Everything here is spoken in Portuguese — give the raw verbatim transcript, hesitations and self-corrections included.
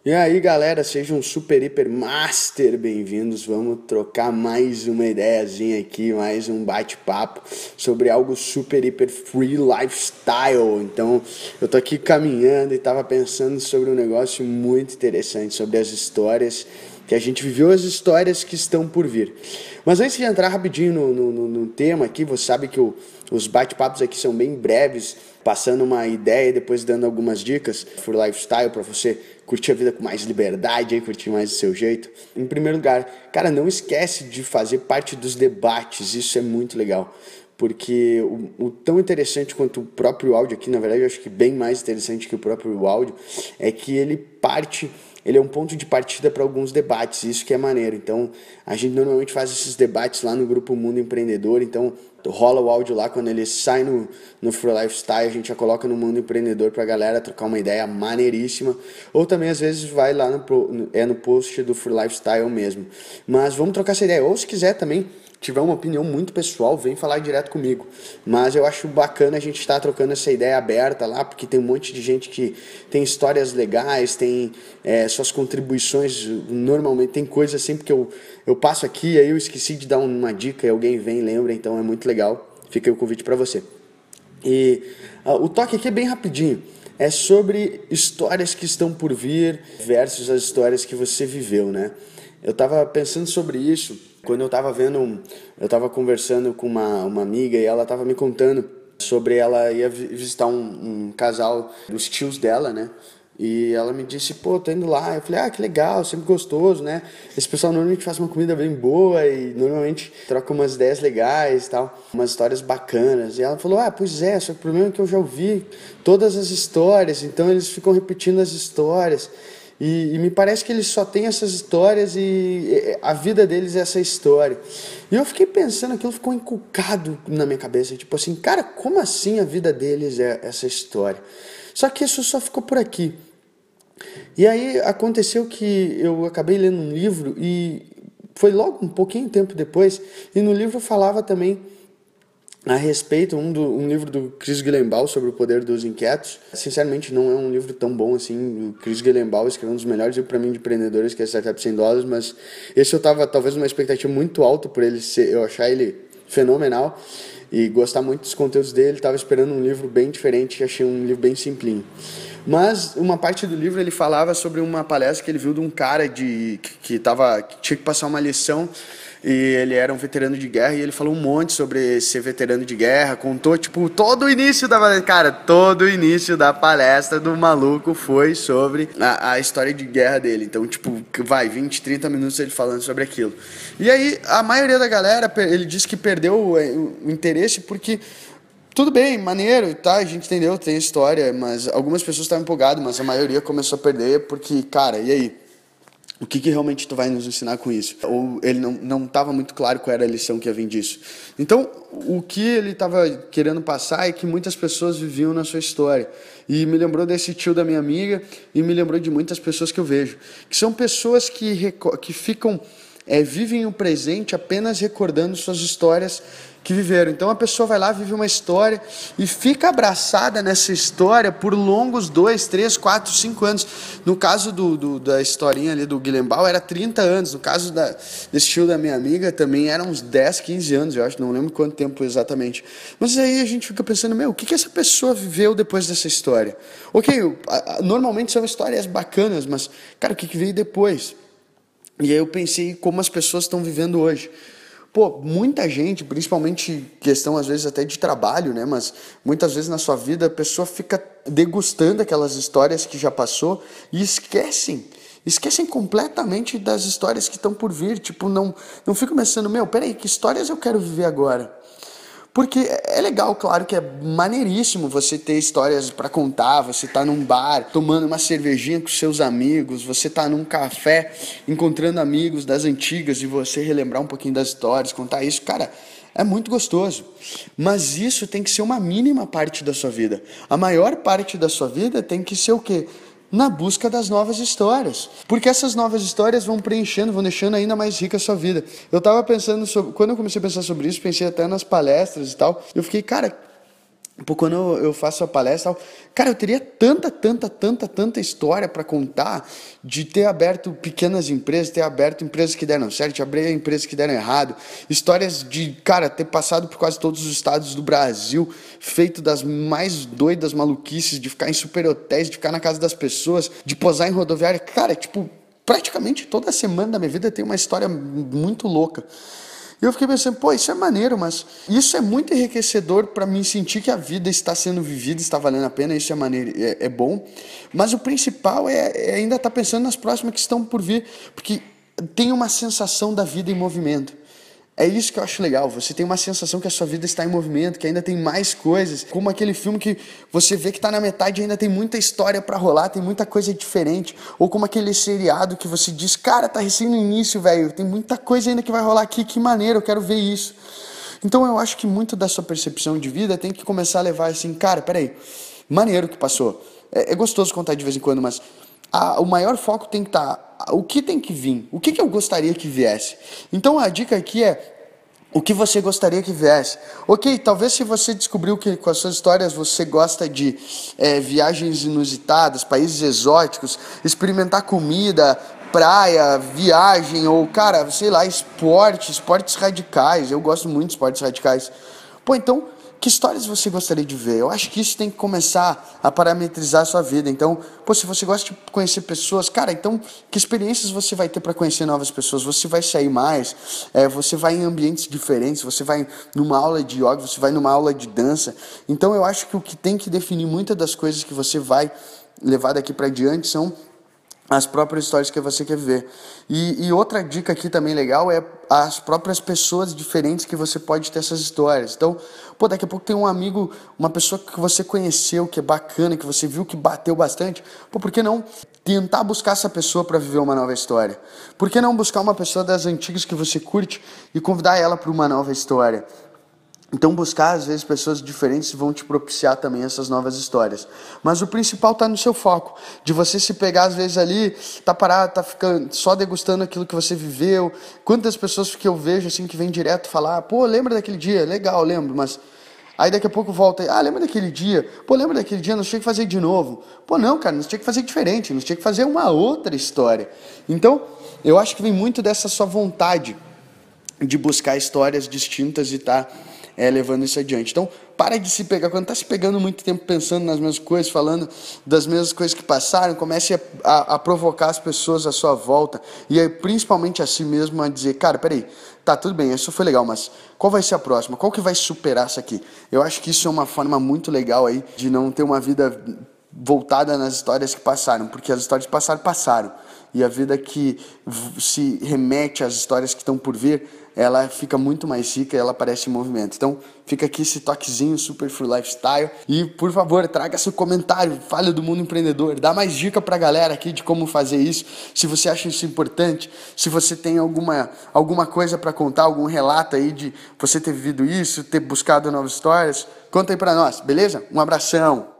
E aí galera, sejam super, hiper, master bem-vindos. Vamos trocar mais uma ideiazinha aqui, mais um bate-papo sobre algo super, hiper free lifestyle. Então eu tô aqui caminhando e tava pensando sobre um negócio muito interessante, sobre as histórias que a gente viveu, as histórias que estão por vir. Mas antes de entrar rapidinho no, no, no tema aqui, você sabe que o, os bate-papos aqui são bem breves, passando uma ideia e depois dando algumas dicas for lifestyle para você curtir a vida com mais liberdade, aí, curtir mais do seu jeito. Em primeiro lugar, cara, não esquece de fazer parte dos debates, isso é muito legal. Porque o, o tão interessante quanto o próprio áudio aqui, na verdade eu acho que bem mais interessante que o próprio áudio, é que ele parte, ele é um ponto de partida para alguns debates, isso que é maneiro. Então a gente normalmente faz esses debates lá no grupo Mundo Empreendedor, então rola o áudio lá, quando ele sai no, no For Lifestyle, a gente já coloca no Mundo Empreendedor pra galera trocar uma ideia maneiríssima, ou também às vezes vai lá no, é no post do For Lifestyle mesmo. Mas vamos trocar essa ideia, ou se quiser também tiver uma opinião muito pessoal, vem falar direto comigo. Mas eu acho bacana a gente estar trocando essa ideia aberta lá, porque tem um monte de gente que tem histórias legais, tem é, suas contribuições, normalmente tem coisas sempre que eu, eu passo aqui, aí eu esqueci de dar uma dica e alguém vem e lembra, então é muito legal. Fica aí o convite para você. E uh, o toque aqui é bem rapidinho. É sobre histórias que estão por vir versus as histórias que você viveu, né? Eu estava pensando sobre isso quando eu estava vendo, eu estava conversando com uma, uma amiga e ela estava me contando sobre ela ia visitar um, um casal dos tios dela, né? E ela me disse, pô, tô indo lá. Eu falei, ah, que legal, sempre gostoso, né? Esse pessoal normalmente faz uma comida bem boa e normalmente troca umas ideias legais e tal, umas histórias bacanas. E ela falou, ah, pois é, só que o problema é que eu já ouvi todas as histórias, então eles ficam repetindo as histórias. E, e me parece que eles só têm essas histórias e a vida deles é essa história. E eu fiquei pensando, aquilo ficou encucado na minha cabeça, tipo assim, cara, como assim a vida deles é essa história? Só que isso só ficou por aqui. E aí aconteceu que eu acabei lendo um livro e foi logo um pouquinho tempo depois, e no livro falava também a respeito, um, do, um livro do Chris Guillebeau sobre o poder dos inquietos. Sinceramente não é um livro tão bom assim. O Chris Guillebeau escreveu um dos melhores livros para mim de empreendedores, que é Startup cem dólares, mas esse eu tava talvez uma expectativa muito alta por ele ser, eu achar ele fenomenal e gostar muito dos conteúdos dele. Tava esperando um livro bem diferente e achei um livro bem simplinho. Mas uma parte do livro ele falava sobre uma palestra que ele viu de um cara de, que, que, tava, que tinha que passar uma lição, e ele era um veterano de guerra, e ele falou um monte sobre ser veterano de guerra, contou tipo todo o início da palestra, cara, todo o início da palestra do maluco foi sobre a, a história de guerra dele. Então tipo, vai, vinte, trinta minutos ele falando sobre aquilo. E aí a maioria da galera, ele disse que perdeu o, o interesse porque tudo bem, maneiro, tá, a gente entendeu, tem história, mas algumas pessoas estavam empolgadas, mas a maioria começou a perder porque, cara, e aí? O que, que realmente tu vai nos ensinar com isso? Ou ele não não estava muito claro qual era a lição que ia vir disso. Então, o que ele estava querendo passar é que muitas pessoas viviam na sua história. E me lembrou desse tio da minha amiga e me lembrou de muitas pessoas que eu vejo. Que são pessoas que, que ficam, é, vivem o presente apenas recordando suas histórias que viveram. Então a pessoa vai lá, vive uma história e fica abraçada nessa história por longos dois, três, quatro, cinco anos. No caso do, do, da historinha ali do Guillebeau era trinta anos. No caso da, desse tio da minha amiga também eram uns dez, quinze anos, eu acho, não lembro quanto tempo exatamente. Mas aí a gente fica pensando, meu, o que, que essa pessoa viveu depois dessa história? Ok, normalmente são histórias bacanas, mas, cara, o que, que veio depois? E aí eu pensei como as pessoas estão vivendo hoje. Pô, muita gente, principalmente questão às vezes até de trabalho, né? Mas muitas vezes na sua vida a pessoa fica degustando aquelas histórias que já passou e esquecem, esquecem completamente das histórias que estão por vir. Tipo, não, não fico pensando, meu, peraí, que histórias eu quero viver agora? Porque é legal, claro que é maneiríssimo você ter histórias para contar, você tá num bar, tomando uma cervejinha com seus amigos, você tá num café, encontrando amigos das antigas e você relembrar um pouquinho das histórias, contar isso, cara, é muito gostoso. Mas isso tem que ser uma mínima parte da sua vida. A maior parte da sua vida tem que ser o quê? Na busca das novas histórias, porque essas novas histórias vão preenchendo, vão deixando ainda mais rica a sua vida. Eu tava pensando sobre, quando eu comecei a pensar sobre isso, pensei até nas palestras e tal, eu fiquei, cara, Pô, quando eu eu faço a palestra, cara, eu teria tanta, tanta, tanta, tanta história para contar de ter aberto pequenas empresas, ter aberto empresas que deram certo, abrir empresas que deram errado, histórias de, cara, ter passado por quase todos os estados do Brasil, feito das mais doidas maluquices, de ficar em super hotéis, de ficar na casa das pessoas, de posar em rodoviária. Cara, tipo, praticamente toda semana da minha vida tem uma história muito louca. E eu fiquei pensando, pô, isso é maneiro, mas isso é muito enriquecedor para mim sentir que a vida está sendo vivida, está valendo a pena, isso é maneiro, é, é bom. Mas o principal é, é ainda estar pensando nas próximas que estão por vir, porque tem uma sensação da vida em movimento. É isso que eu acho legal, você tem uma sensação que a sua vida está em movimento, que ainda tem mais coisas, como aquele filme que você vê que está na metade e ainda tem muita história para rolar, tem muita coisa diferente, ou como aquele seriado que você diz, cara, tá recém no início, velho, tem muita coisa ainda que vai rolar aqui, que maneiro, eu quero ver isso. Então eu acho que muito da sua percepção de vida tem que começar a levar assim, cara, peraí, maneiro que passou, é, é gostoso contar de vez em quando, mas a, o maior foco tem que estar, tá, o que tem que vir, o que, que eu gostaria que viesse. Então a dica aqui é, o que você gostaria que viesse? Ok, talvez se você descobriu que com as suas histórias você gosta de é, viagens inusitadas, países exóticos, experimentar comida, praia, viagem, ou, cara, sei lá, esporte, esportes radicais. Eu gosto muito de esportes radicais. Pô, então, que histórias você gostaria de ver? Eu acho que isso tem que começar a parametrizar a sua vida. Então, pô, se você gosta de conhecer pessoas, cara, então que experiências você vai ter para conhecer novas pessoas? Você vai sair mais, é, você vai em ambientes diferentes, você vai numa aula de yoga, você vai numa aula de dança. Então, eu acho que o que tem que definir muitas das coisas que você vai levar daqui para diante são as próprias histórias que você quer ver. E, e outra dica aqui também legal é as próprias pessoas diferentes que você pode ter essas histórias. Então, pô, daqui a pouco tem um amigo, uma pessoa que você conheceu, que é bacana, que você viu que bateu bastante. Pô, por que não tentar buscar essa pessoa para viver uma nova história? Por que não buscar uma pessoa das antigas que você curte e convidar ela para uma nova história? Então buscar, às vezes, pessoas diferentes vão te propiciar também essas novas histórias. Mas o principal está no seu foco, de você se pegar, às vezes, ali, tá parado, tá ficando só degustando aquilo que você viveu. Quantas pessoas que eu vejo, assim, que vem direto falar, pô, lembra daquele dia? Legal, lembro, mas... Aí daqui a pouco volta, ah, lembra daquele dia? Pô, lembra daquele dia? Nós tinha que fazer de novo. Pô, não, cara, nós tinha que fazer diferente, nós tinha que fazer uma outra história. Então, eu acho que vem muito dessa sua vontade de buscar histórias distintas e estar... Tá É, levando isso adiante. Então, para de se pegar, quando está se pegando muito tempo pensando nas mesmas coisas, falando das mesmas coisas que passaram, comece a, a, a provocar as pessoas à sua volta, e aí, principalmente a si mesmo, a dizer, cara, peraí, tá, tudo bem, isso foi legal, mas qual vai ser a próxima? Qual que vai superar isso aqui? Eu acho que isso é uma forma muito legal aí, de não ter uma vida voltada nas histórias que passaram, porque as histórias que passaram, passaram, e a vida que se remete às histórias que estão por vir, ela fica muito mais rica e ela aparece em movimento. Então, fica aqui esse toquezinho Super Free Lifestyle. E, por favor, traga seu comentário, fale do mundo empreendedor, dá mais dica pra galera aqui de como fazer isso, se você acha isso importante, se você tem alguma, alguma coisa para contar, algum relato aí de você ter vivido isso, ter buscado novas histórias, conta aí pra nós, beleza? Um abração!